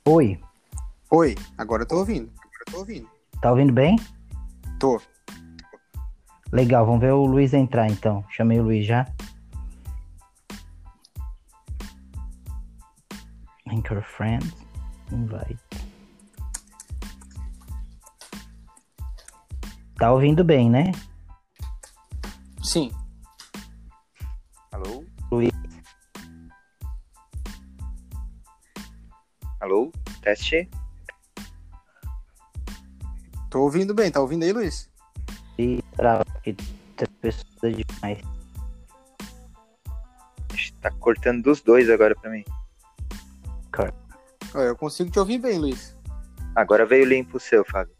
Oi, Oi, agora eu tô ouvindo. tá ouvindo bem? Tô. Legal, vamos ver o Luiz entrar então. Chamei o Luiz já. Anchor Friends, invite. Tá ouvindo bem, né? Sim. Alô? Luiz, Alô? Teste? Tô ouvindo bem. Tá ouvindo aí, Luiz? trava aqui, tem pessoas demais. Tá cortando dos dois agora pra mim. Ó, eu consigo te ouvir bem, Luiz. Agora veio limpo o seu, Fábio.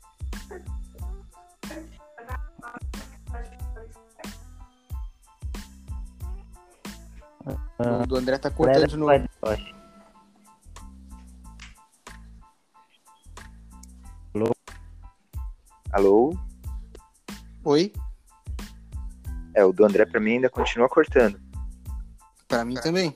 O do André tá cortando de novo. Alô? Oi? O do André pra mim ainda continua cortando. Pra mim também.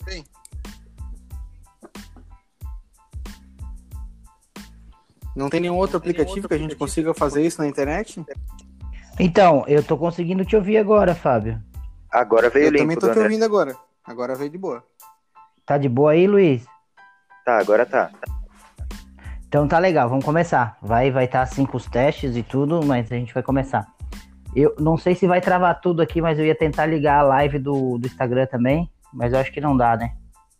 Não tem nenhum outro aplicativo que a gente consiga fazer isso na internet? Então, eu tô conseguindo te ouvir agora, Fábio. Agora veio Eu limpo também do tô te André. ouvindo agora. Agora veio de boa. Tá de boa aí, Luiz? Tá, agora tá. Então tá legal, vamos começar. Vai estar assim com os testes e tudo, mas a gente vai começar. Eu não sei se vai travar tudo aqui, mas eu ia tentar ligar a live do Instagram também, mas eu acho que não dá, né?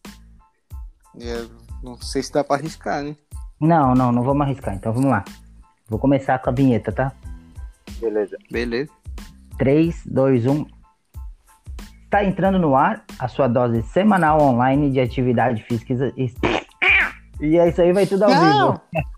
Não sei se dá pra arriscar, né? Não vamos arriscar, então vamos lá. Vou começar com a vinheta, tá? Beleza. 3, 2, 1. Tá entrando no ar a sua dose semanal online de atividade física e é isso aí, vai tudo ao vivo.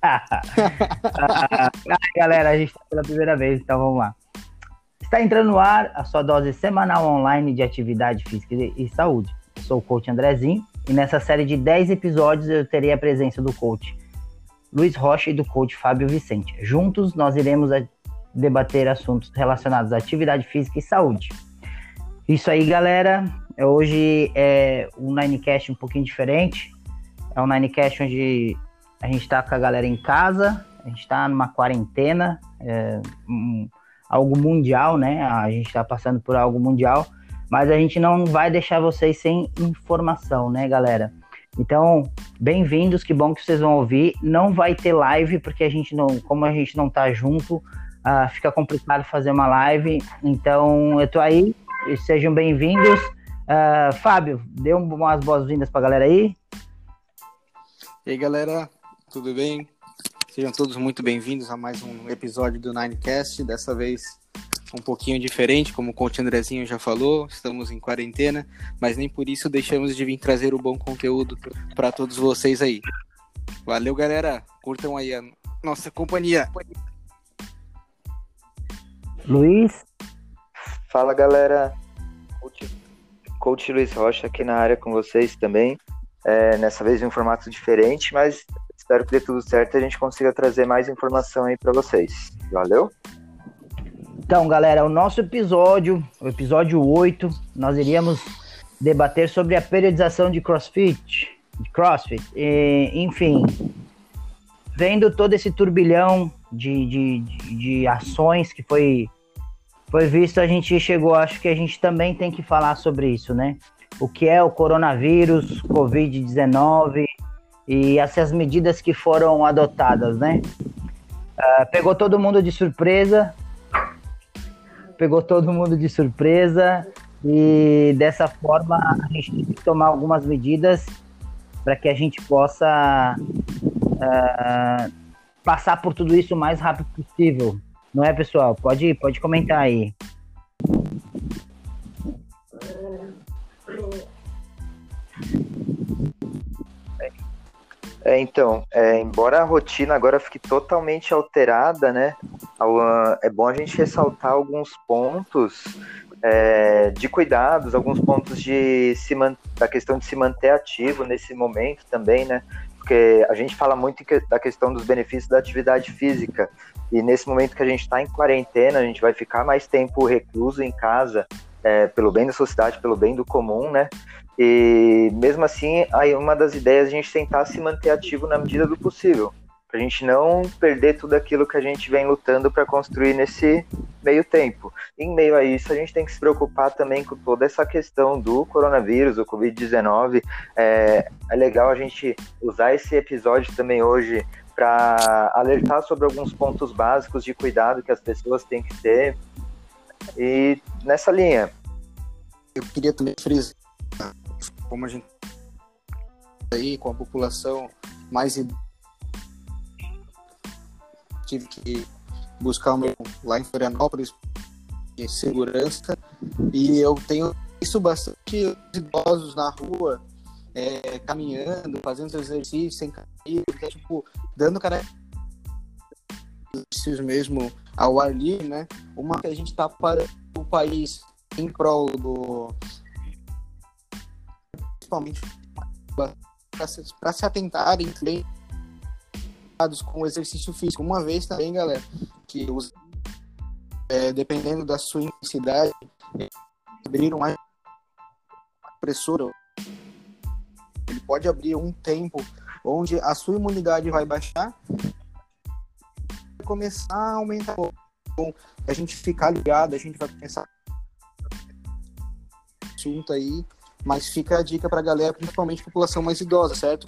Galera, a gente tá pela primeira vez, então vamos lá. Está entrando no ar a sua dose semanal online de atividade física e saúde. Eu sou o coach Andrezinho e nessa série de 10 episódios eu terei a presença do coach Luiz Rocha e do coach Fábio Vicente. Juntos nós iremos debater assuntos relacionados à atividade física e saúde. Isso aí, galera. Hoje é um Ninecast um pouquinho diferente. É um Ninecast onde a gente tá com a galera em casa, a gente tá numa quarentena, algo mundial, né? A gente tá passando por algo mundial, mas a gente não vai deixar vocês sem informação, né, galera? Então, bem-vindos, que bom que vocês vão ouvir. Não vai ter live, porque como a gente não tá junto, fica complicado fazer uma live. Então, eu tô aí, e sejam bem-vindos. Fábio, dê umas boas-vindas pra galera aí. E aí, galera, tudo bem? Sejam todos muito bem-vindos a mais um episódio do Ninecast. Dessa vez um pouquinho diferente, como o coach Andrezinho já falou, estamos em quarentena, mas nem por isso deixamos de vir trazer o bom conteúdo para todos vocês aí. Valeu, galera, curtam aí a nossa companhia. Luiz? Fala, galera. Coach Luiz Rocha aqui na área com vocês também. Nessa vez em um formato diferente, mas espero que dê tudo certo e a gente consiga trazer mais informação aí para vocês. Valeu? Então, galera, o nosso episódio, o episódio 8, nós iríamos debater sobre a periodização de CrossFit. Enfim, vendo todo esse turbilhão de ações que foi visto, a gente chegou, acho que a gente também tem que falar sobre isso, né? O que é o coronavírus, Covid-19 e essas medidas que foram adotadas, né? Pegou todo mundo de surpresa e dessa forma a gente tem que tomar algumas medidas para que a gente possa passar por tudo isso o mais rápido possível. Não é, pessoal? Pode comentar aí. Então, embora a rotina agora fique totalmente alterada, né, é bom a gente ressaltar alguns pontos de cuidados, alguns pontos da questão de se manter ativo nesse momento também, né, porque a gente fala muito da questão dos benefícios da atividade física, e nesse momento que a gente está em quarentena, a gente vai ficar mais tempo recluso em casa, pelo bem da sociedade, pelo bem do comum, né, E mesmo assim, aí uma das ideias é a gente tentar se manter ativo na medida do possível, para a gente não perder tudo aquilo que a gente vem lutando para construir nesse meio tempo. Em meio a isso, a gente tem que se preocupar também com toda essa questão do coronavírus, do Covid-19. É legal a gente usar esse episódio também hoje para alertar sobre alguns pontos básicos de cuidado que as pessoas têm que ter. E nessa linha, eu queria também frisar, como a gente aí com a população mais tive que buscar o meu lá em Florianópolis de segurança, e eu tenho visto bastante idosos na rua caminhando, fazendo seus exercícios sem cair, tipo, dando exercícios mesmo ao ar livre, né? Uma que a gente está para o país em prol do, principalmente para se atentarem também com o exercício físico. Uma vez também, galera, que dependendo da sua intensidade, abrir uma impressora, ele pode abrir um tempo onde a sua imunidade vai baixar e começar a aumentar. Então, a gente ficar ligado, a gente vai pensar assunto aí, mas fica a dica pra galera, principalmente a população mais idosa, certo?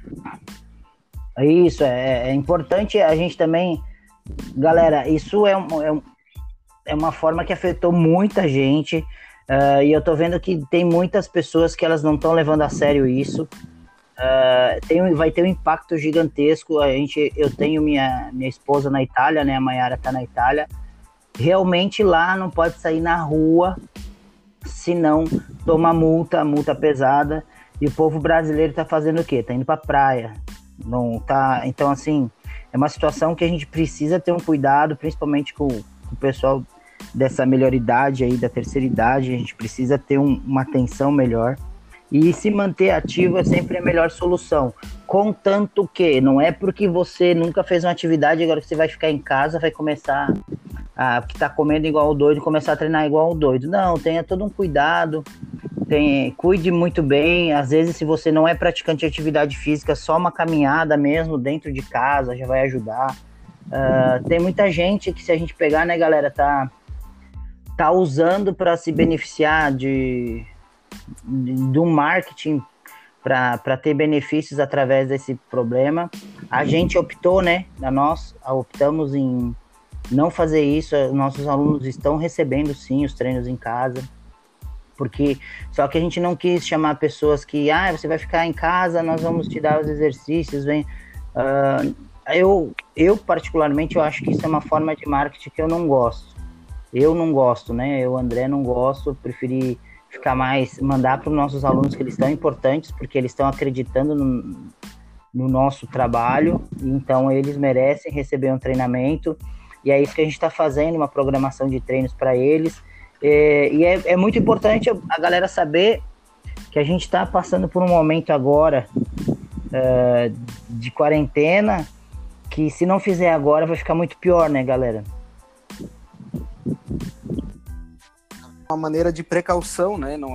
Isso, é importante a gente também, galera, isso é uma forma que afetou muita gente, e eu tô vendo que tem muitas pessoas que elas não estão levando a sério isso. Vai ter um impacto gigantesco. Eu tenho minha esposa na Itália, né, a Maiara tá na Itália, realmente lá não pode sair na rua, senão toma multa pesada, e o povo brasileiro tá fazendo o quê? Tá indo pra praia. Não tá, então assim, é uma situação que a gente precisa ter um cuidado, principalmente com o pessoal dessa melhor idade aí, da terceira idade. A gente precisa ter uma atenção melhor, e se manter ativo é sempre a melhor solução, contanto que não é porque você nunca fez uma atividade, agora que você vai ficar em casa, vai começar que tá comendo igual o doido, começar a treinar igual o doido. Não, tenha todo um cuidado, cuide muito bem. Às vezes, se você não é praticante de atividade física, só uma caminhada mesmo dentro de casa já vai ajudar. Tem muita gente que, se a gente pegar, né, galera, tá usando para se beneficiar de um marketing para ter benefícios através desse problema. A gente optou, né, nós optamos em não fazer isso. Nossos alunos estão recebendo sim os treinos em casa, só que a gente não quis chamar pessoas que, você vai ficar em casa, nós vamos te dar os exercícios, vem. Eu particularmente, eu acho que isso é uma forma de marketing que eu não gosto, né, eu, André, não gosto. Preferi mandar para os nossos alunos, que eles estão importantes, porque eles estão acreditando no nosso trabalho, então eles merecem receber um treinamento, e é isso que a gente está fazendo, uma programação de treinos para eles. E é muito importante a galera saber que a gente está passando por um momento agora de quarentena, que se não fizer agora vai ficar muito pior, né, galera? Uma maneira de precaução, né? Não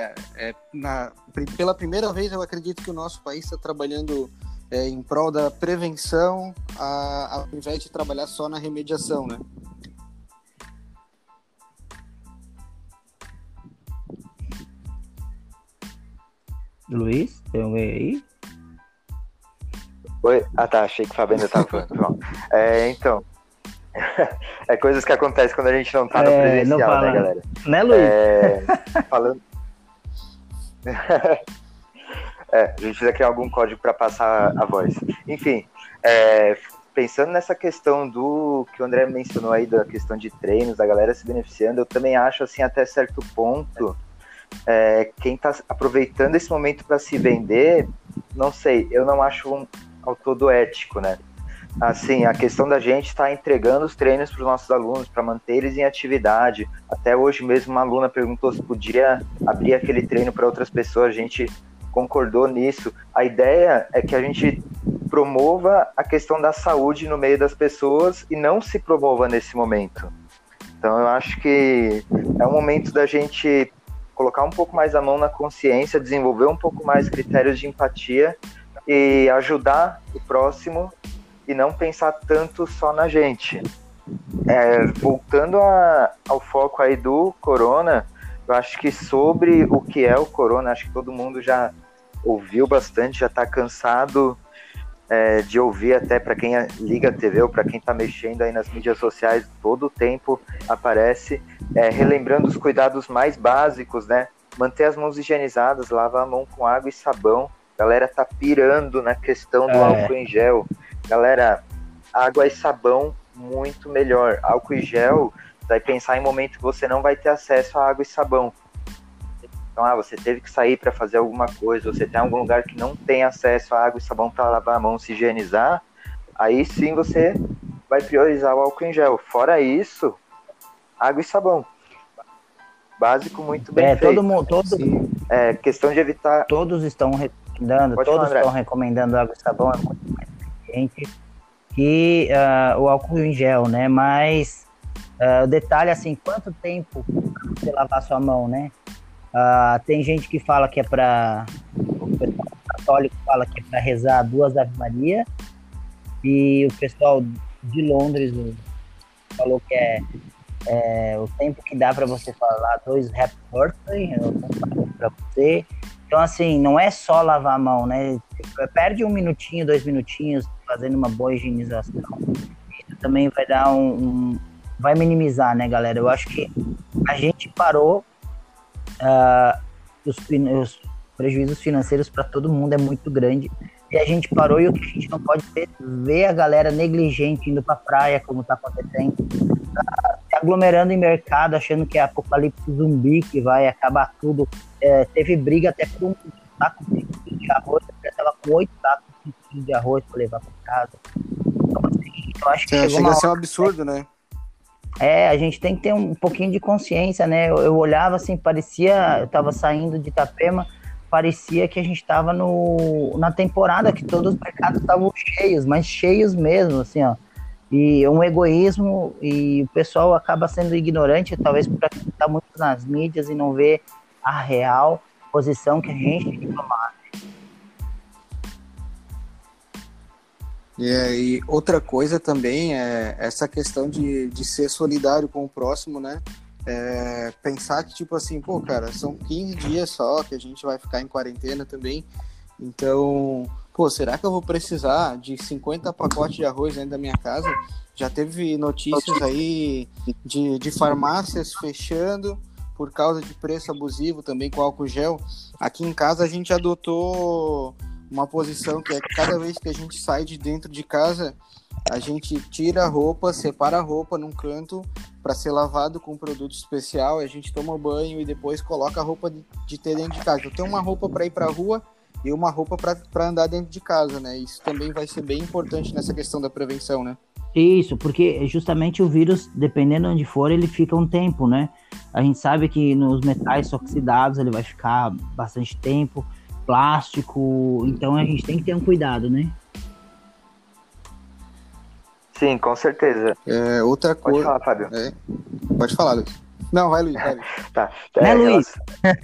pela primeira vez eu acredito que o nosso país está trabalhando em prol da prevenção, ao invés de trabalhar só na remediação, né? Luiz, tem alguém aí? Oi? Tá, achei que o Fabiano estava falando. Então, é coisas que acontecem quando a gente não tá no presencial, né, galera? Né, Luiz? Falando... a gente precisa criar algum código para passar a voz. Enfim, pensando nessa questão do que o André mencionou aí, da questão de treinos, da galera se beneficiando, eu também acho, assim, até certo ponto, quem tá aproveitando esse momento para se vender, não sei, eu não acho ao todo ético, né? Assim, a questão da gente estar entregando os treinos para os nossos alunos, para manter eles em atividade. Até hoje mesmo uma aluna perguntou se podia abrir aquele treino para outras pessoas, a gente concordou nisso. A ideia é que a gente promova a questão da saúde no meio das pessoas e não se promova nesse momento. Então eu acho que é um momento da gente colocar um pouco mais a mão na consciência, desenvolver um pouco mais critérios de empatia e ajudar o próximo e não pensar tanto só na gente. Voltando ao foco aí do corona, eu acho que sobre o que é o corona, acho que todo mundo já ouviu bastante, já está cansado de ouvir, até para quem liga a TV ou para quem está mexendo aí nas mídias sociais, todo o tempo aparece, relembrando os cuidados mais básicos, né? Manter as mãos higienizadas, lavar a mão com água e sabão. A galera tá pirando na questão do álcool em gel. Galera, água e sabão, muito melhor. Álcool e gel, vai pensar em momento que você não vai ter acesso a água e sabão. Então, você teve que sair para fazer alguma coisa, você tem algum lugar que não tem acesso a água e sabão para lavar a mão, se higienizar, aí sim você vai priorizar o álcool em gel. Fora isso, água e sabão. Básico, muito bem feito. Questão de evitar... Todos estão recomendando água e sabão, é muito mais eficiente que o álcool em gel, né? Mas o detalhe, assim, quanto tempo você lavar sua mão, né? Tem gente que fala que é para... O pessoal católico fala que é para rezar 2 Ave Maria, e o pessoal de Londres falou que é o tempo que dá para você falar 2 Happy Birthday, para você. Então, assim, não é só lavar a mão, né? Perde 1 minutinho, 2 minutinhos fazendo uma boa higienização. Isso também vai dar vai minimizar, né, galera? Eu acho que a gente parou. Os prejuízos financeiros para todo mundo é muito grande, e a gente parou, e o que a gente não pode ver a galera negligente indo para praia, como está acontecendo, se aglomerando em mercado, achando que é apocalipse zumbi, que vai acabar tudo. Teve briga até por um saco de arroz, eu estava com 8 sacos de arroz para levar para casa. Então, assim, eu acho que chega a ser um absurdo, né? A gente tem que ter um pouquinho de consciência, né? Eu olhava assim, parecia... Eu tava saindo de Itapema, parecia que a gente tava na temporada, que todos os mercados estavam cheios, mas cheios mesmo, assim, ó. E um egoísmo, e o pessoal acaba sendo ignorante, talvez por acreditar muito nas mídias e não ver a real posição que a gente tem que tomar. E outra coisa também é essa questão de ser solidário com o próximo, né? Pensar que, tipo assim, pô, cara, são 15 dias só que a gente vai ficar em quarentena também. Então, pô, será que eu vou precisar de 50 pacotes de arroz dentro da minha casa? Já teve notícias aí de farmácias fechando por causa de preço abusivo também com álcool gel. Aqui em casa a gente adotou uma posição que é que cada vez que a gente sai de dentro de casa, a gente tira a roupa, separa a roupa num canto para ser lavado com um produto especial, a gente toma banho e depois coloca a roupa de ter dentro de casa. Eu tenho uma roupa para ir para a rua e uma roupa para andar dentro de casa, né? Isso também vai ser bem importante nessa questão da prevenção, né? Isso, porque justamente o vírus, dependendo de onde for, ele fica um tempo, né? A gente sabe que nos metais oxidados ele vai ficar bastante tempo, plástico, então a gente tem que ter um cuidado, né? Sim, com certeza. Outra coisa... Pode falar, Fábio. Pode falar, Luiz. Não, vai, Luiz. Tá. Luiz?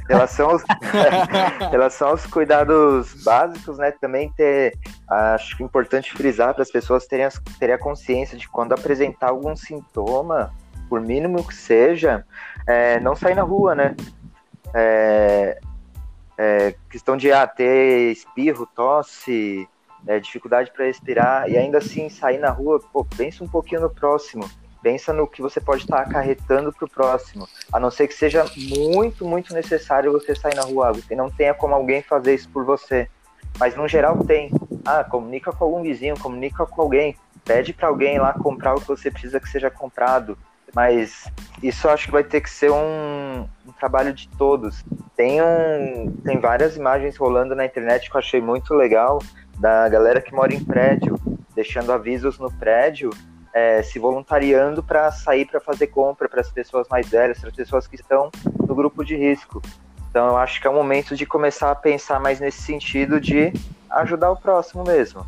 Relação aos cuidados básicos, né? Também acho que é importante frisar para as pessoas terem a consciência de quando apresentar algum sintoma, por mínimo que seja, não sair na rua, né? Questão de ter espirro, tosse, dificuldade para respirar, e ainda assim sair na rua, pensa um pouquinho no próximo. Pensa no que você pode estar acarretando para o próximo. A não ser que seja muito, muito necessário você sair na rua, e não tenha como alguém fazer isso por você. Mas no geral tem. Comunica com algum vizinho, comunica com alguém. Pede para alguém lá comprar o que você precisa que seja comprado. Mas isso eu acho que vai ter que ser um trabalho de todos. Tem várias imagens rolando na internet que eu achei muito legal, da galera que mora em prédio, deixando avisos no prédio, se voluntariando para sair para fazer compra para as pessoas mais velhas, para as pessoas que estão no grupo de risco. Então eu acho que é o momento de começar a pensar mais nesse sentido de ajudar o próximo mesmo.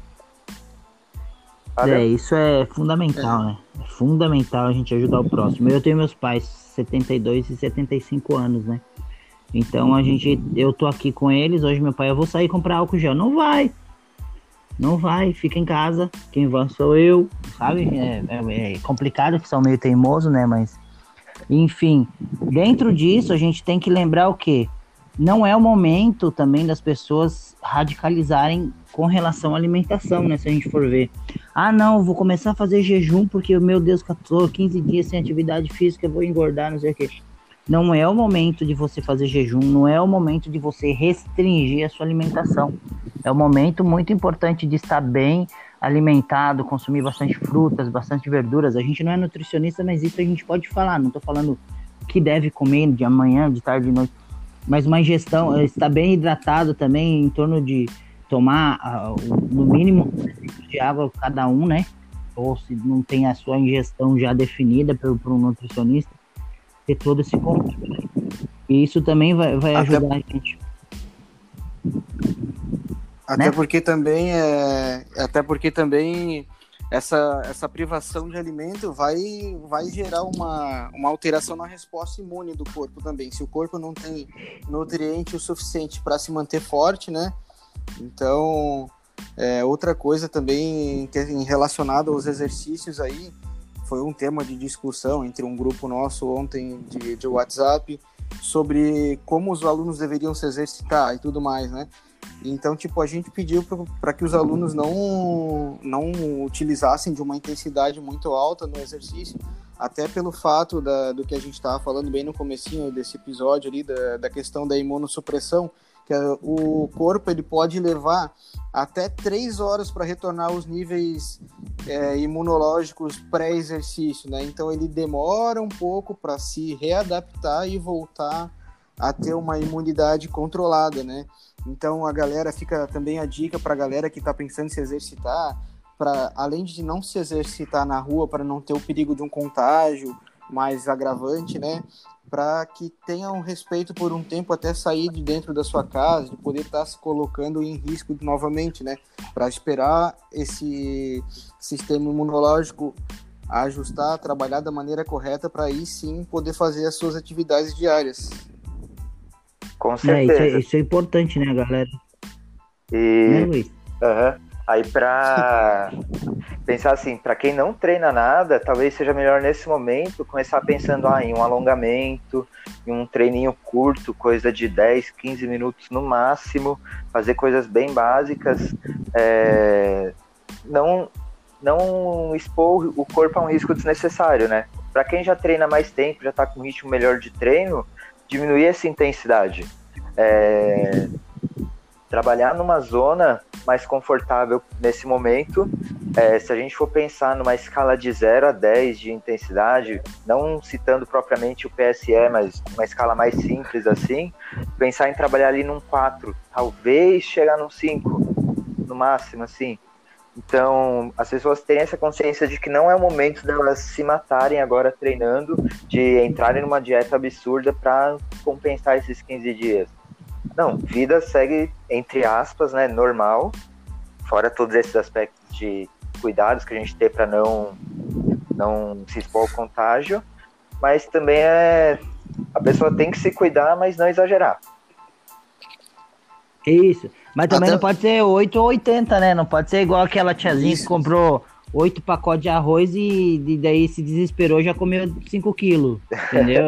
Isso é fundamental, né? É fundamental a gente ajudar o próximo. Eu tenho meus pais 72 e 75 anos, né? Então eu tô aqui com eles, hoje meu pai, eu vou sair comprar álcool gel. Não vai, fica em casa, quem vai sou eu, sabe? É complicado que são meio teimoso, né? Mas, enfim, dentro disso a gente tem que lembrar o quê? Não é o momento também das pessoas radicalizarem com relação à alimentação, né? Se a gente for ver. Ah, não, vou começar a fazer jejum porque, meu Deus, que eu tô 15 dias sem atividade física, eu vou engordar, não sei o quê. Não é o momento de você fazer jejum, não é o momento de você restringir a sua alimentação. É um momento muito importante de estar bem alimentado, consumir bastante frutas, bastante verduras. A gente não é nutricionista, mas isso a gente pode falar. Não estou falando o que deve comer de amanhã, de tarde, de noite, mas uma ingestão, estar bem hidratado também, em torno de tomar no mínimo 3 litros de água cada um, né? Ou se não tem a sua ingestão já definida por um nutricionista, ter todo esse controle. E isso também vai ajudar a gente. Até porque também essa privação de alimento vai gerar uma alteração na resposta imune do corpo também. Se o corpo não tem nutriente o suficiente para se manter forte, né? Então, outra coisa também que relacionada aos exercícios aí, foi um tema de discussão entre um grupo nosso ontem de WhatsApp sobre como os alunos deveriam se exercitar e tudo mais, né? Então, a gente pediu para que os alunos não utilizassem de uma intensidade muito alta no exercício, até pelo fato do que a gente estava falando bem no comecinho desse episódio ali, da questão da imunossupressão, que o corpo ele pode levar até 3 horas para retornar aos níveis imunológicos pré-exercício, né? Então ele demora um pouco para se readaptar e voltar a ter uma imunidade controlada, né? Então a galera, fica também a dica para a galera que está pensando em se exercitar, além de não se exercitar na rua para não ter o perigo de um contágio mais agravante, né? Para que tenham respeito por um tempo até sair de dentro da sua casa, de poder estar se colocando em risco novamente, né? Para esperar esse sistema imunológico ajustar, trabalhar da maneira correta, para aí sim poder fazer as suas atividades diárias. Com certeza. Isso é importante, né, galera? E... Né, Luiz? Uhum. Aí para pensar assim, para quem não treina nada, talvez seja melhor nesse momento começar pensando em um alongamento, em um treininho curto, coisa de 10, 15 minutos no máximo, fazer coisas bem básicas, não expor o corpo a um risco desnecessário, né? Para quem já treina mais tempo, já está com um ritmo melhor de treino, diminuir essa intensidade. Trabalhar numa zona mais confortável nesse momento. Se a gente for pensar numa escala de 0 a 10 de intensidade, não citando propriamente o PSE, mas uma escala mais simples assim, pensar em trabalhar ali num 4, talvez chegar num 5, no máximo, assim. Então, as pessoas têm essa consciência de que não é o momento delas se matarem agora treinando, de entrarem numa dieta absurda para compensar esses 15 dias. Não, vida segue, entre aspas, né, normal, fora todos esses aspectos de cuidados que a gente tem para não se expor ao contágio, mas também a pessoa tem que se cuidar, mas não exagerar. Isso, mas também não pode ser 8 ou 80, né? Não pode ser igual aquela tiazinha que comprou 8 pacotes de arroz e daí se desesperou e já comeu 5 quilos, entendeu?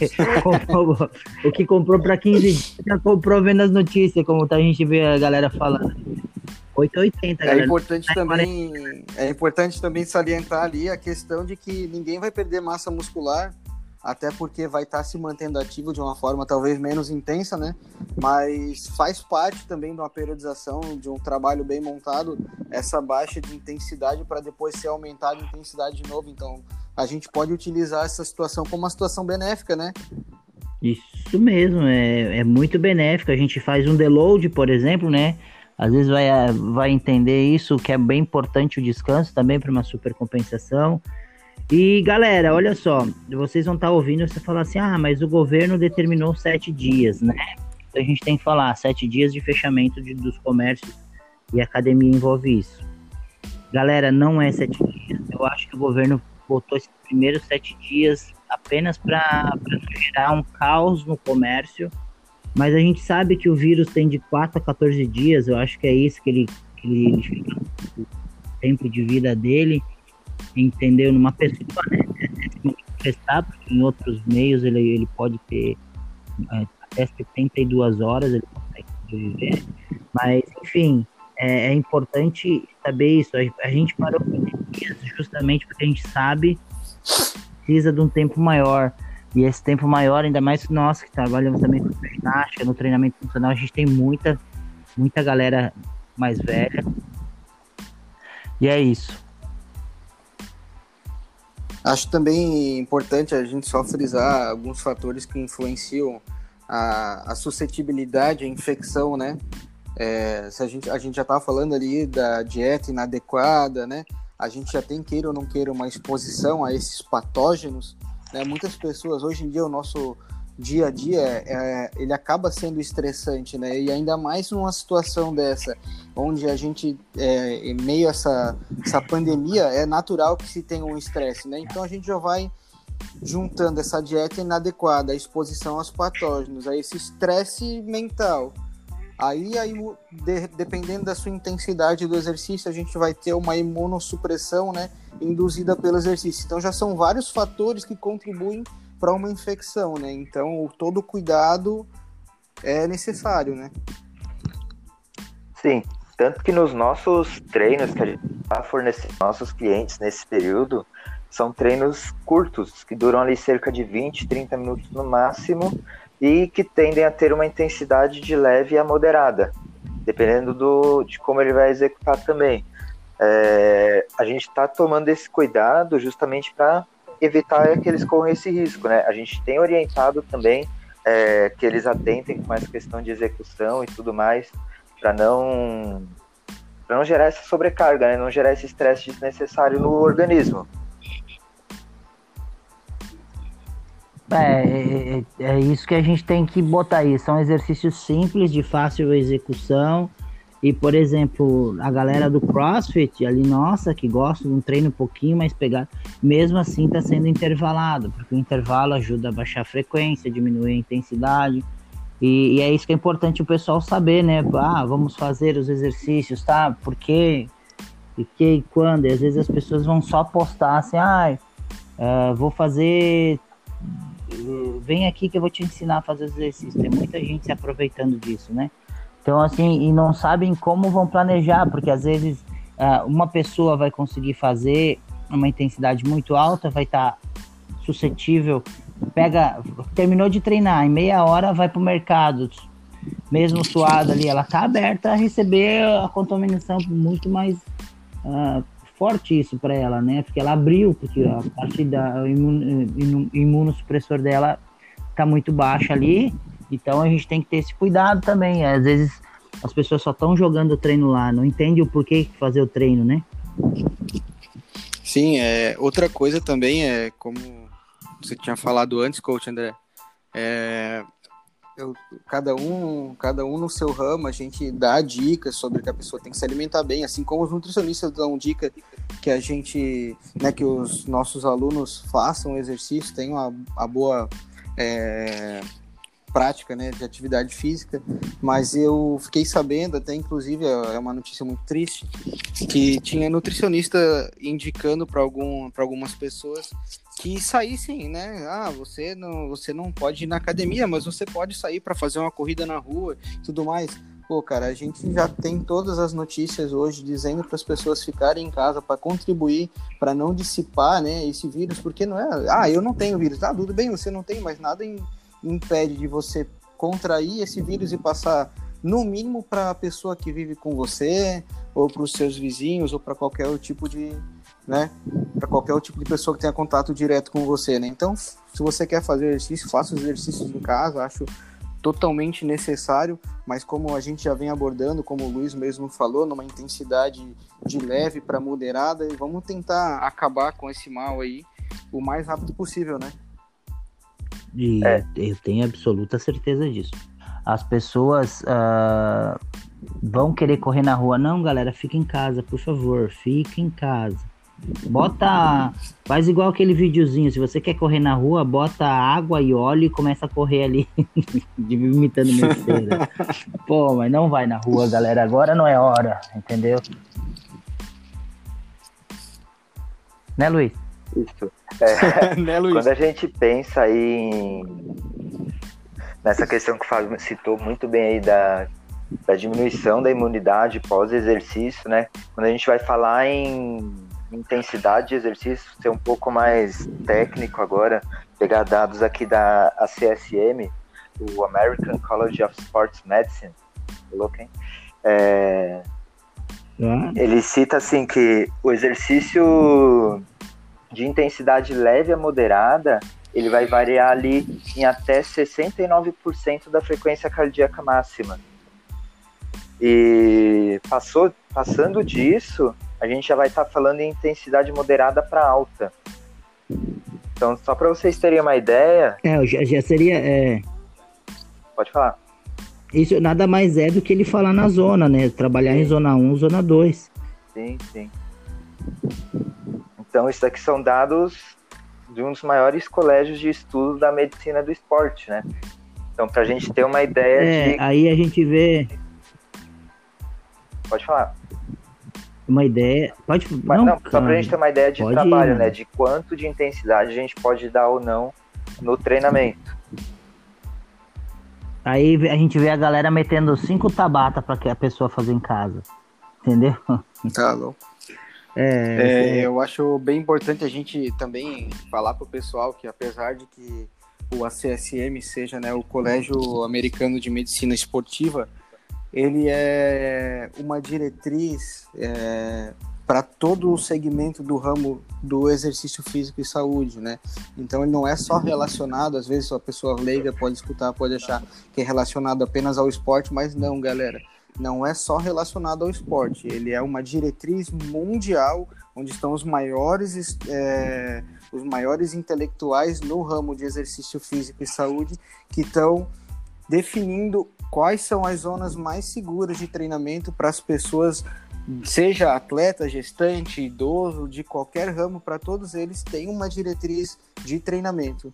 O que comprou para 15 dias já comprou vendo as notícias, como a gente vê a galera falando. 8 ou 80, galera. É importante também salientar ali a questão de que ninguém vai perder massa muscular, até porque vai estar se mantendo ativo de uma forma talvez menos intensa, né? Mas faz parte também de uma periodização, de um trabalho bem montado, essa baixa de intensidade para depois ser aumentada a intensidade de novo. Então, a gente pode utilizar essa situação como uma situação benéfica, né? Isso mesmo, é muito benéfico. A gente faz um deload, por exemplo, né? Às vezes vai entender isso, que é bem importante o descanso também para uma supercompensação. E galera, olha só, vocês vão estar ouvindo você falar assim, mas o governo determinou 7 dias, né? Então a gente tem que falar 7 dias de fechamento dos comércios e a academia envolve isso. Galera, não é 7 dias. Eu acho que o governo botou esses primeiros 7 dias apenas para gerar um caos no comércio Mas a gente sabe que o vírus tem de 4 a 14 dias, eu acho que é isso que ele fica o tempo de vida dele, entendeu? Numa pessoa, né? Manifestar, porque em outros meios ele pode ter até 72 horas, ele consegue sobreviver. Mas, enfim, é importante saber isso. A gente parou com dias justamente porque a gente sabe que precisa de um tempo maior. E esse tempo maior, ainda mais que nós que trabalhamos também com ginástica, no treinamento funcional, a gente tem muita galera mais velha. E é isso. Acho também importante a gente só frisar alguns fatores que influenciam a suscetibilidade à infecção, né? Se a gente já estava falando ali da dieta inadequada, né? A gente já tem, queira ou não queira, uma exposição a esses patógenos, né? Muitas pessoas, hoje em dia, o nosso dia a dia, ele acaba sendo estressante, né? E ainda mais numa situação dessa, onde a gente, em meio a essa pandemia, é natural que se tenha um estresse, né? Então a gente já vai juntando essa dieta inadequada, a exposição aos patógenos, a esse estresse mental. Aí dependendo da sua intensidade do exercício, a gente vai ter uma imunossupressão, né, induzida pelo exercício. Então já são vários fatores que contribuem para uma infecção, né? Então todo cuidado é necessário, né? Sim, tanto que nos nossos treinos que a gente está fornecendo aos nossos clientes nesse período, são treinos curtos, que duram ali cerca de 20, 30 minutos no máximo, e que tendem a ter uma intensidade de leve a moderada, dependendo de como ele vai executar também. A gente está tomando esse cuidado justamente para evitar que eles corram esse risco, né? A gente tem orientado também que eles atentem com mais questão de execução e tudo mais, para não gerar essa sobrecarga, né? Não gerar esse estresse desnecessário no organismo. É isso que a gente tem que botar aí. São exercícios simples, de fácil execução. E, por exemplo, a galera do CrossFit ali, nossa, que gosta de um treino um pouquinho mais pegado, mesmo assim está sendo intervalado, porque o intervalo ajuda a baixar a frequência, diminuir a intensidade. E é isso que é importante o pessoal saber, né? Vamos fazer os exercícios, tá? Por quê? E que e quando? E às vezes as pessoas vão só postar assim, vou fazer... Vem aqui que eu vou te ensinar a fazer os exercícios. Tem muita gente se aproveitando disso, né? Então, assim, e não sabem como vão planejar, porque às vezes uma pessoa vai conseguir fazer uma intensidade muito alta, vai estar suscetível, terminou de treinar, em meia hora vai pro mercado, mesmo suada ali, ela tá aberta a receber a contaminação muito mais forte isso para ela, né? Porque ela abriu, porque a parte da imunossupressor dela tá muito baixa ali, então a gente tem que ter esse cuidado também. Às vezes as pessoas só estão jogando o treino lá, não entendem o porquê fazer o treino, né? Sim, outra coisa também como você tinha falado antes, coach André, cada um no seu ramo, a gente dá dicas sobre que a pessoa tem que se alimentar bem, assim como os nutricionistas dão dica que a gente, né, que os nossos alunos façam exercício, tenham a boa prática, né, de atividade física. Mas eu fiquei sabendo, até inclusive é uma notícia muito triste, que tinha nutricionista indicando para algumas pessoas que saíssem, né? Você não pode ir na academia, mas você pode sair para fazer uma corrida na rua e tudo mais. Pô, cara, a gente já tem todas as notícias hoje dizendo para as pessoas ficarem em casa para contribuir, para não dissipar, né, esse vírus, porque não eu não tenho vírus. Tudo bem, você não tem, mas nada impede de você contrair esse vírus e passar, no mínimo, para a pessoa que vive com você, ou para os seus vizinhos, ou para qualquer tipo de, né, para qualquer tipo de pessoa que tenha contato direto com você, né? Então, se você quer fazer exercício, faça os exercícios em casa, acho totalmente necessário, mas como a gente já vem abordando, como o Luiz mesmo falou, numa intensidade de leve para moderada, e vamos tentar acabar com esse mal aí o mais rápido possível, né? E eu tenho absoluta certeza disso. As pessoas vão querer correr na rua. Não, galera, fica em casa, por favor, fica em casa. Faz igual aquele videozinho, se você quer correr na rua, bota água e óleo e começa a correr ali, imitando minha esteira. Pô, mas não vai na rua, galera, agora não é hora, entendeu? Né, Luiz? Isso. Né, Luiz? Quando a gente pensa aí nessa questão que o Fábio citou muito bem aí da diminuição da imunidade pós-exercício, né? Quando a gente vai falar em intensidade de exercício, ser um pouco mais técnico agora, pegar dados aqui da ACSM, o American College of Sports Medicine, ele cita assim que o exercício de intensidade leve a moderada, ele vai variar ali em até 69% da frequência cardíaca máxima. E passando disso, a gente já vai estar falando em intensidade moderada para alta. Então, só para vocês terem uma ideia... Já seria... Pode falar. Isso nada mais é do que ele falar na zona, né? Trabalhar em zona 1, zona 2. Sim. Então, isso aqui são dados de um dos maiores colégios de estudo da medicina do esporte, né? Então, para a gente ter uma ideia de... Aí a gente vê... Pode falar. Uma ideia... Pode... Não, só pra gente ter uma ideia de trabalho, ir, né? De quanto de intensidade a gente pode dar ou não no treinamento. Aí a gente vê a galera metendo 5 tabata pra que a pessoa fazer em casa. Entendeu? Tá louco. Eu acho bem importante a gente também falar pro pessoal que, apesar de que o ACSM seja, né, o Colégio Americano de Medicina Esportiva, ele é uma diretriz para todo o segmento do ramo do exercício físico e saúde, né? Então ele não é só relacionado, às vezes a pessoa leiga pode escutar, pode achar que é relacionado apenas ao esporte, mas não, galera. Não é só relacionado ao esporte, ele é uma diretriz mundial, onde estão os maiores intelectuais no ramo de exercício físico e saúde, que estão definindo quais são as zonas mais seguras de treinamento para as pessoas, seja atleta, gestante, idoso, de qualquer ramo, para todos eles tem uma diretriz de treinamento.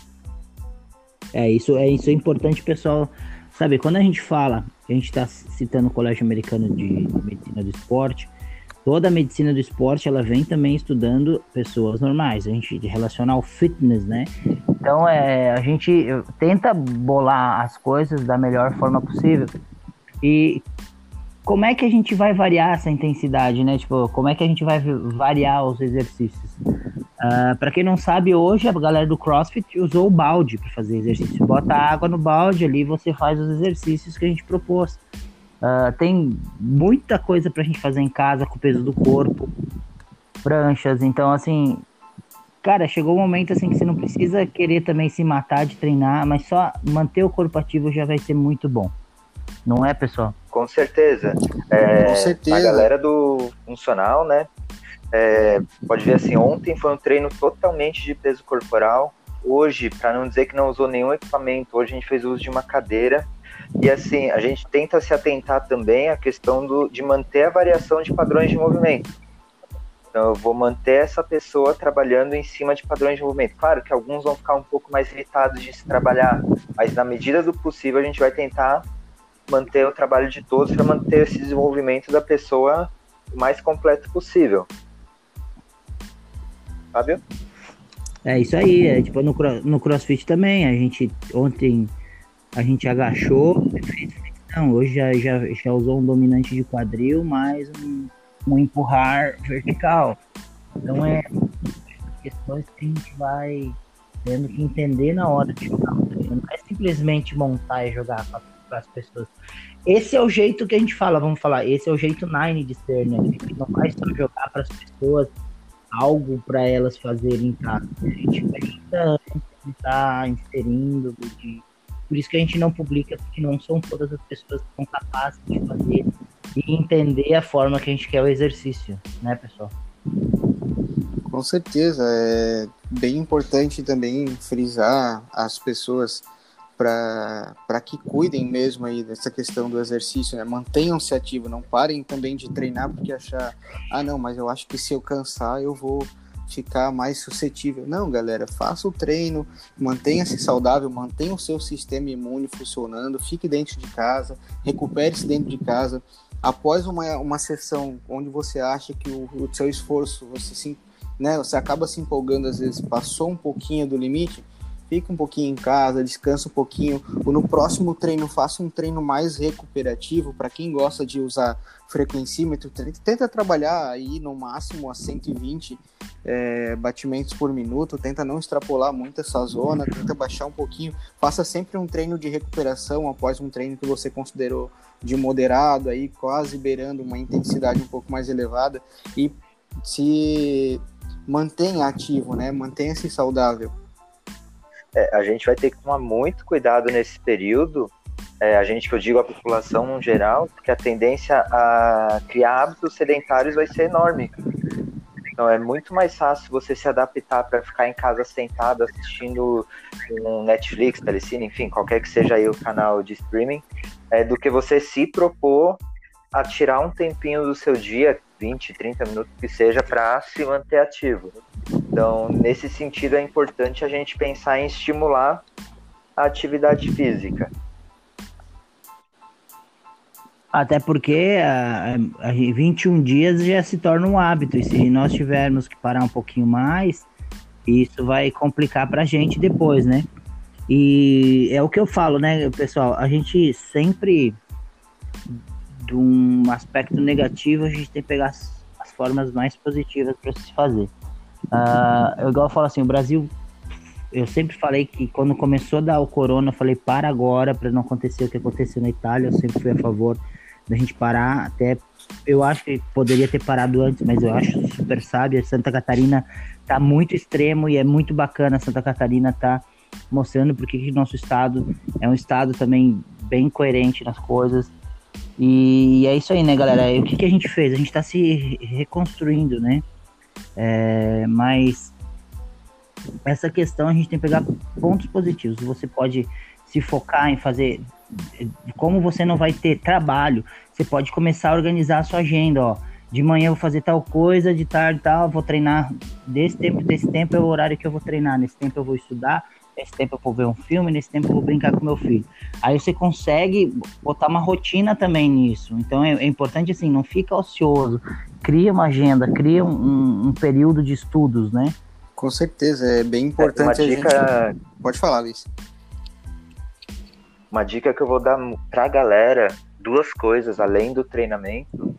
Isso é importante, pessoal. Sabe, quando a gente fala, a gente está citando o Colégio Americano de Medicina do Esporte, toda a medicina do esporte, ela vem também estudando pessoas normais, a gente relaciona ao fitness, né? Então, a gente tenta bolar as coisas da melhor forma possível. E como é que a gente vai variar essa intensidade, né? Tipo, como é que a gente vai variar os exercícios? Para quem não sabe, hoje a galera do CrossFit usou o balde para fazer exercício. Bota água no balde ali, você faz os exercícios que a gente propôs. Tem muita coisa pra gente fazer em casa com o peso do corpo, pranchas. Então, assim, cara, chegou um momento assim que você não precisa querer também se matar de treinar, mas só manter o corpo ativo já vai ser muito bom. Não é, pessoal? Com certeza. Com certeza. A galera do funcional, né? Pode ver assim, ontem foi um treino totalmente de peso corporal. Hoje, para não dizer que não usou nenhum equipamento, hoje a gente fez uso de uma cadeira. E assim, a gente tenta se atentar também à questão de manter a variação de padrões de movimento. Então eu vou manter essa pessoa trabalhando em cima de padrões de movimento. Claro que alguns vão ficar um pouco mais irritados de se trabalhar, mas na medida do possível a gente vai tentar manter o trabalho de todos para manter esse desenvolvimento da pessoa o mais completo possível. Fábio? É isso aí, tipo no CrossFit também, ontem a gente agachou, não, hoje já usou um dominante de quadril, mais um empurrar vertical. Então questões que a gente vai tendo que entender na hora de jogar. Não é simplesmente montar e jogar para as pessoas. Esse é o jeito que a gente fala, vamos falar, esse é o jeito Nine de ser, né? A gente não vai só jogar para as pessoas algo para elas fazerem em casa. A gente vai estar inserindo. Por isso que a gente não publica, porque não são todas as pessoas que são capazes de fazer e entender a forma que a gente quer o exercício, né, pessoal? Com certeza, é bem importante também frisar as pessoas para que cuidem mesmo aí dessa questão do exercício, né? Mantenham-se ativos, não parem também de treinar porque achar, não, mas eu acho que se eu cansar eu vou ficar mais suscetível. Não, galera, faça o treino, mantenha-se saudável, mantenha o seu sistema imune funcionando, fique dentro de casa, recupere-se dentro de casa. Após uma sessão onde você acha que o seu esforço, você acaba se empolgando, às vezes passou um pouquinho do limite, fica um pouquinho em casa, descansa um pouquinho. Ou no próximo treino, faça um treino mais recuperativo. Para quem gosta de usar frequencímetro, tenta trabalhar aí no máximo a 120 batimentos por minuto, tenta não extrapolar muito essa zona, tenta baixar um pouquinho. Faça sempre um treino de recuperação após um treino que você considerou de moderado, aí quase beirando uma intensidade um pouco mais elevada, e se mantenha ativo, né? Mantenha-se saudável. A gente vai ter que tomar muito cuidado nesse período, que eu digo a população no geral, porque a tendência a criar hábitos sedentários vai ser enorme. Então é muito mais fácil você se adaptar para ficar em casa sentado assistindo um Netflix, Telecine, enfim, qualquer que seja aí o canal de streaming, do que você se propor a tirar um tempinho do seu dia, 20, 30 minutos que seja, para se manter ativo. Então, nesse sentido, é importante a gente pensar em estimular a atividade física. Até porque 21 dias já se torna um hábito, e se nós tivermos que parar um pouquinho mais, isso vai complicar pra gente depois, né? E é o que eu falo, né, pessoal? A gente sempre, de um aspecto negativo, a gente tem que pegar as formas mais positivas para se fazer. Igual eu falo assim, o Brasil, eu sempre falei que quando começou a dar o corona, eu falei para agora, para não acontecer o que aconteceu na Itália. Eu sempre fui a favor da gente parar, até eu acho que poderia ter parado antes, mas eu acho super sábio. Santa Catarina tá muito extremo e é muito bacana. Santa Catarina tá mostrando porque que nosso estado é um estado também bem coerente nas coisas. E é isso aí, né, galera? E o que a gente fez? A gente tá se reconstruindo, né? Mas essa questão a gente tem que pegar pontos positivos. Você pode se focar em fazer, como você não vai ter trabalho, você pode começar a organizar a sua agenda, ó. De manhã eu vou fazer tal coisa, de tarde tal, vou treinar desse tempo é o horário que eu vou treinar, nesse tempo eu vou estudar, nesse tempo eu vou ver um filme, nesse tempo eu vou brincar com meu filho. Aí você consegue botar uma rotina também nisso. Então é importante assim, não fica ocioso, cria uma agenda, cria um período de estudos, né? Com certeza, é bem importante. Pode falar, Luiz. Uma dica que eu vou dar pra galera, duas coisas, além do treinamento,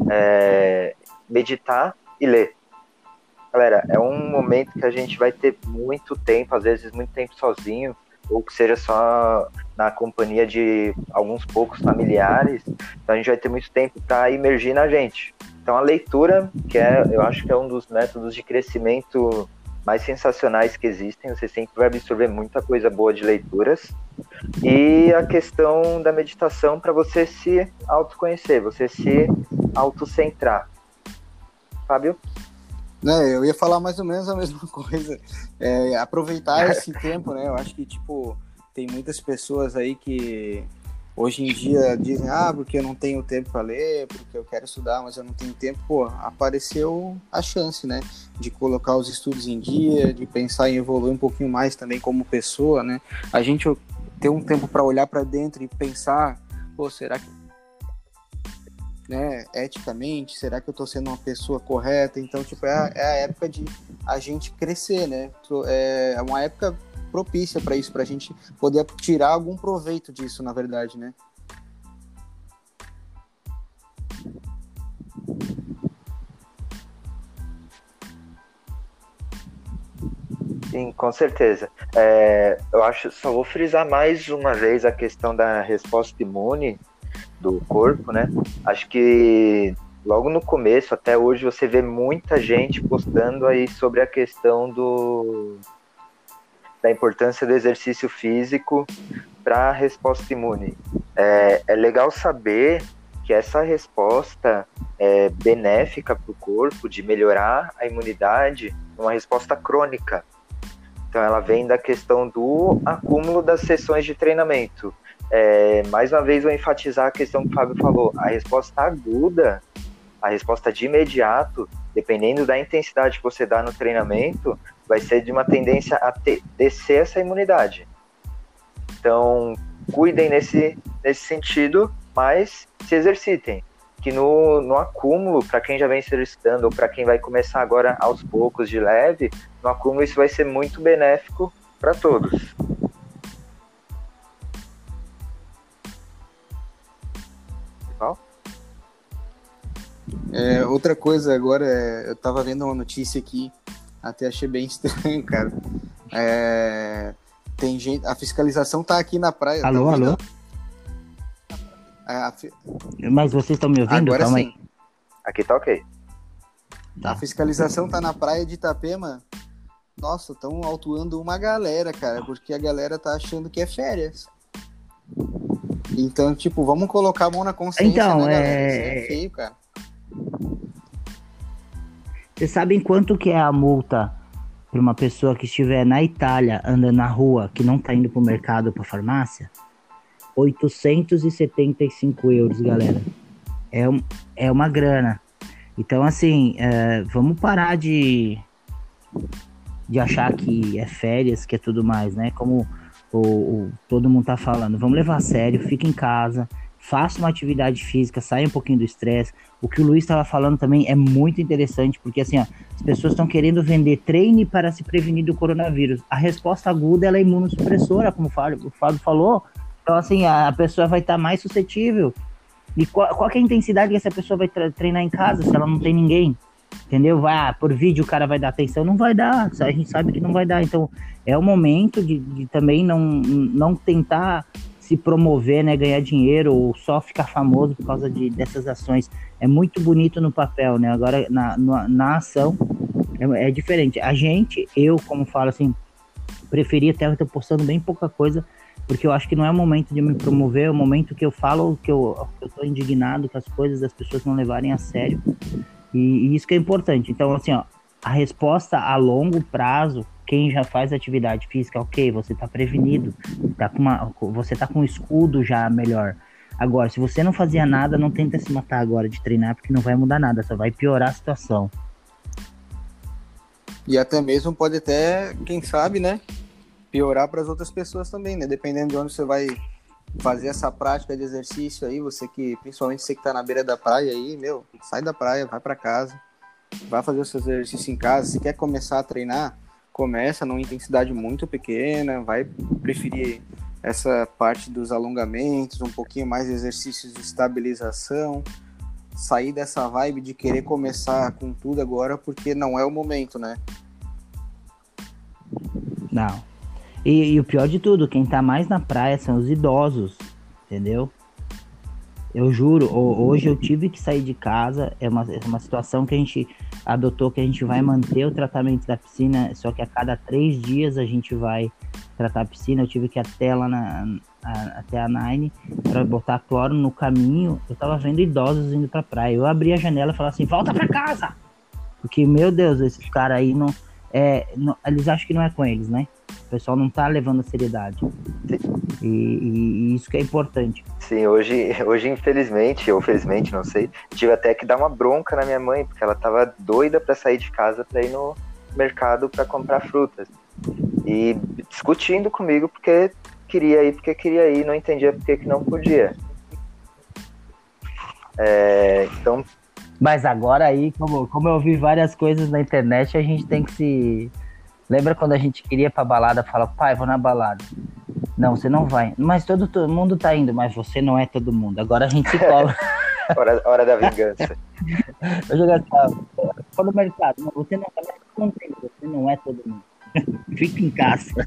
meditar e ler. Galera, é um momento que a gente vai ter muito tempo, às vezes muito tempo sozinho, ou que seja só na companhia de alguns poucos familiares, então a gente vai ter muito tempo para imergir na gente. Então a leitura, eu acho que é um dos métodos de crescimento mais sensacionais que existem, você sempre vai absorver muita coisa boa de leituras, e a questão da meditação para você se autoconhecer, você se autocentrar. Fábio? Eu ia falar mais ou menos a mesma coisa, aproveitar esse tempo, né? Eu acho que, tem muitas pessoas aí que hoje em dia dizem, porque eu não tenho tempo para ler, porque eu quero estudar, mas eu não tenho tempo. Pô, apareceu a chance, né? De colocar os estudos em dia, de pensar em evoluir um pouquinho mais também como pessoa, né? A gente ter um tempo para olhar para dentro e pensar, será que, né, eticamente, será que eu tô sendo uma pessoa correta? Então, é a época de a gente crescer, né? É uma época propícia para isso, para a gente poder tirar algum proveito disso, na verdade, né? Sim, com certeza. Eu acho, só vou frisar mais uma vez a questão da resposta imune do corpo, né? Acho que logo no começo, até hoje, você vê muita gente postando aí sobre a questão da importância do exercício físico para a resposta imune. É legal saber que essa resposta é benéfica para o corpo, de melhorar a imunidade, uma resposta crônica. Então ela vem da questão do acúmulo das sessões de treinamento. Mais uma vez, vou enfatizar a questão que o Fábio falou. A resposta aguda, a resposta de imediato, dependendo da intensidade que você dá no treinamento, vai ser de uma tendência a descer essa imunidade. Então, cuidem nesse sentido, mas se exercitem. Que no acúmulo, para quem já vem se exercitando, ou para quem vai começar agora aos poucos, de leve, no acúmulo isso vai ser muito benéfico para todos. Outra coisa agora, eu tava vendo uma notícia aqui, até achei bem estranho, cara. Tem gente, a fiscalização tá aqui na praia. Alô, tá alô? Mas vocês estão me ouvindo? Agora Calma sim. aí. Aqui tá ok. Tá. A fiscalização tá na praia de Itapema. Nossa, estão autuando uma galera, cara, porque a galera tá achando que é férias. Então, tipo, vamos colocar a mão na consciência, Então, né, galera? Isso é feio, cara. Vocês sabem quanto que é a multa para uma pessoa que estiver na Itália, andando na rua, que não tá indo pro mercado, pra farmácia? 875 euros, galera. É uma grana. Então, assim, vamos parar de achar que é férias, que é tudo mais, né? Como todo mundo tá falando. Vamos levar a sério, fica em casa, faça uma atividade física, saia um pouquinho do estresse. O que o Luiz estava falando também é muito interessante, porque assim, ó, as pessoas estão querendo vender treine para se prevenir do coronavírus. A resposta aguda, ela é imunossupressora, como o Fábio falou. Então, assim, a pessoa vai estar mais suscetível. E qual que é a intensidade que essa pessoa vai treinar em casa se ela não tem ninguém? Entendeu? Por vídeo o cara vai dar atenção? Não vai dar, a gente sabe que não vai dar. Então, é o momento de também não tentar se promover, né, ganhar dinheiro ou só ficar famoso por causa dessas ações. É muito bonito no papel, né? Agora, na ação, é diferente. Eu, como falo assim, preferia até estar postando bem pouca coisa, porque eu acho que não é o momento de me promover, é o momento que eu falo que eu tô indignado com as coisas, das pessoas não levarem a sério, e isso que é importante. Então, assim, ó, a resposta a longo prazo, quem já faz atividade física, ok, você tá prevenido, você tá com um escudo já melhor. Agora, se você não fazia nada, não tenta se matar agora de treinar, porque não vai mudar nada, só vai piorar a situação. E até mesmo pode quem sabe, né, piorar para as outras pessoas também, né? Dependendo de onde você vai fazer essa prática de exercício aí, principalmente você que tá na beira da praia aí, sai da praia, vai para casa, vai fazer o seu exercício em casa. Se quer começar a treinar, começa numa intensidade muito pequena, vai preferir essa parte dos alongamentos, um pouquinho mais de exercícios de estabilização, sair dessa vibe de querer começar com tudo agora, porque não é o momento, né? Não. E o pior de tudo, quem tá mais na praia são os idosos, entendeu? Eu juro, hoje eu tive que sair de casa, é uma situação que a gente adotou, que a gente vai manter o tratamento da piscina, só que a cada 3 dias a gente vai tratar a piscina. Eu tive que ir até lá até a Nine para botar cloro no caminho. Eu tava vendo idosos indo pra praia. Eu abri a janela e falei assim, volta pra casa! Porque, meu Deus, esses caras aí eles acham que não é com eles, né? O pessoal não tá levando a seriedade. E isso que é importante. Sim, hoje infelizmente, ou felizmente, não sei, tive até que dar uma bronca na minha mãe, porque ela tava doida pra sair de casa pra ir no mercado pra comprar frutas. E discutindo comigo porque queria ir, não entendia porque que não podia. Então... Mas agora aí, como eu vi várias coisas na internet, a gente tem que se... Lembra quando a gente queria ir pra balada, fala, pai, vou na balada. Não, você não vai. Mas todo mundo tá indo, mas você não é todo mundo. Agora a gente se cobra. hora da vingança. Eu jogar assim, fora do mercado. Não, você não vai, não tem, você não é todo mundo. Fica em casa.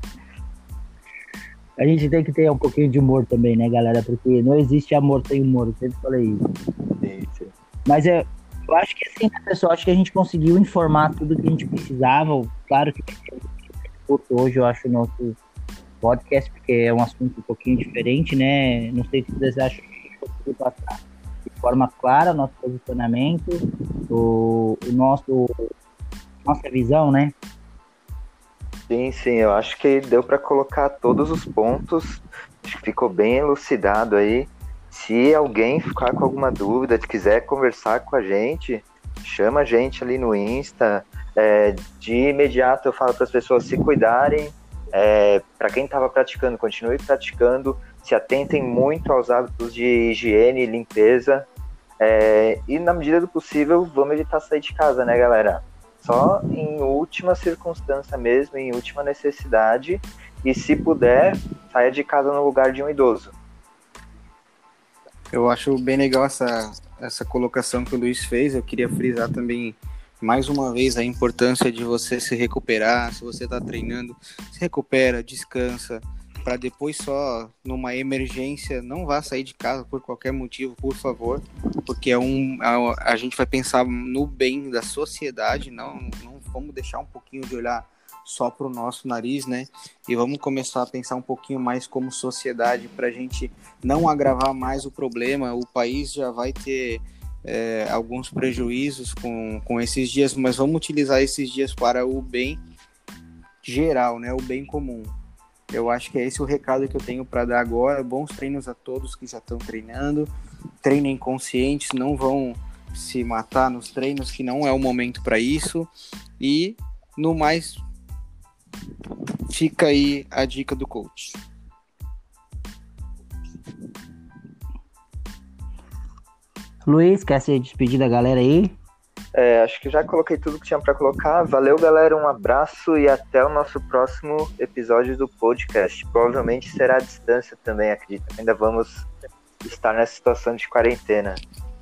A gente tem que ter um pouquinho de humor também, né, galera? Porque não existe amor sem humor. Eu sempre falei isso. Sim. Mas eu acho que assim, pessoal, acho que a gente conseguiu informar tudo que a gente precisava. Claro que hoje eu acho o nosso podcast, porque é um assunto um pouquinho diferente, né? Não sei se vocês acham que a gente conseguiu passar de forma clara nosso posicionamento, nossa visão, né? Sim, sim, eu acho que deu para colocar todos os pontos, acho que ficou bem elucidado aí. Se alguém ficar com alguma dúvida, se quiser conversar com a gente, chama a gente ali no Insta. De imediato eu falo para as pessoas se cuidarem. Para quem estava praticando, continue praticando, se atentem muito aos hábitos de higiene e limpeza. E na medida do possível, vamos evitar sair de casa, né, galera? Só em última circunstância mesmo, em última necessidade. E se puder, saia de casa no lugar de um idoso. Eu acho bem legal essa colocação que o Luiz fez. Eu queria frisar também, mais uma vez, a importância de você se recuperar. Se você está treinando, se recupera, descansa, para depois só, numa emergência, não vá sair de casa por qualquer motivo, por favor, porque a gente vai pensar no bem da sociedade, não vamos deixar um pouquinho de olhar só para o nosso nariz, né? E vamos começar a pensar um pouquinho mais como sociedade, para a gente não agravar mais o problema. O país já vai ter alguns prejuízos com esses dias, mas vamos utilizar esses dias para o bem geral, né? O bem comum. Eu acho que é esse o recado que eu tenho para dar agora. Bons treinos a todos que já estão treinando. Treinem conscientes, não vão se matar nos treinos, que não é o momento para isso. E, no mais, fica aí a dica do coach. Luiz, quer se despedir da galera aí? Acho que já coloquei tudo que tinha para colocar. Valeu, galera, um abraço e até o nosso próximo episódio do podcast. Provavelmente será à distância também, acredito. Ainda vamos estar nessa situação de quarentena.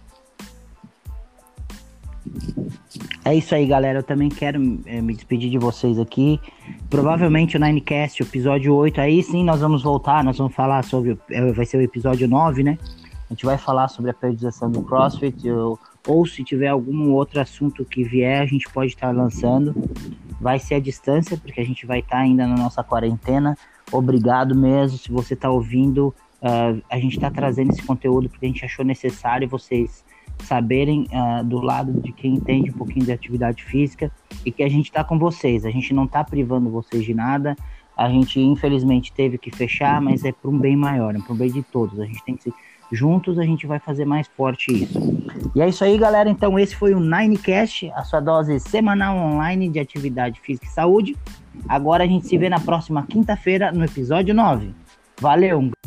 É isso aí, galera. Eu também quero me despedir de vocês aqui. Provavelmente o Ninecast, o episódio 8, aí sim nós vamos voltar, nós vamos falar sobre... vai ser o episódio 9, né? A gente vai falar sobre a periodização do CrossFit, ou se tiver algum outro assunto que vier, a gente pode estar lançando. Vai ser à distância, porque a gente vai estar ainda na nossa quarentena. Obrigado mesmo, se você está ouvindo. A gente está trazendo esse conteúdo porque a gente achou necessário vocês saberem do lado de quem entende um pouquinho de atividade física, e que a gente está com vocês. A gente não está privando vocês de nada. A gente, infelizmente, teve que fechar, mas é para um bem maior, é para um bem de todos. A gente tem que ser... Juntos a gente vai fazer mais forte isso. E é isso aí, galera. Então esse foi o Ninecast, a sua dose semanal online de atividade física e saúde. Agora a gente se vê na próxima quinta-feira no episódio 9. Valeu!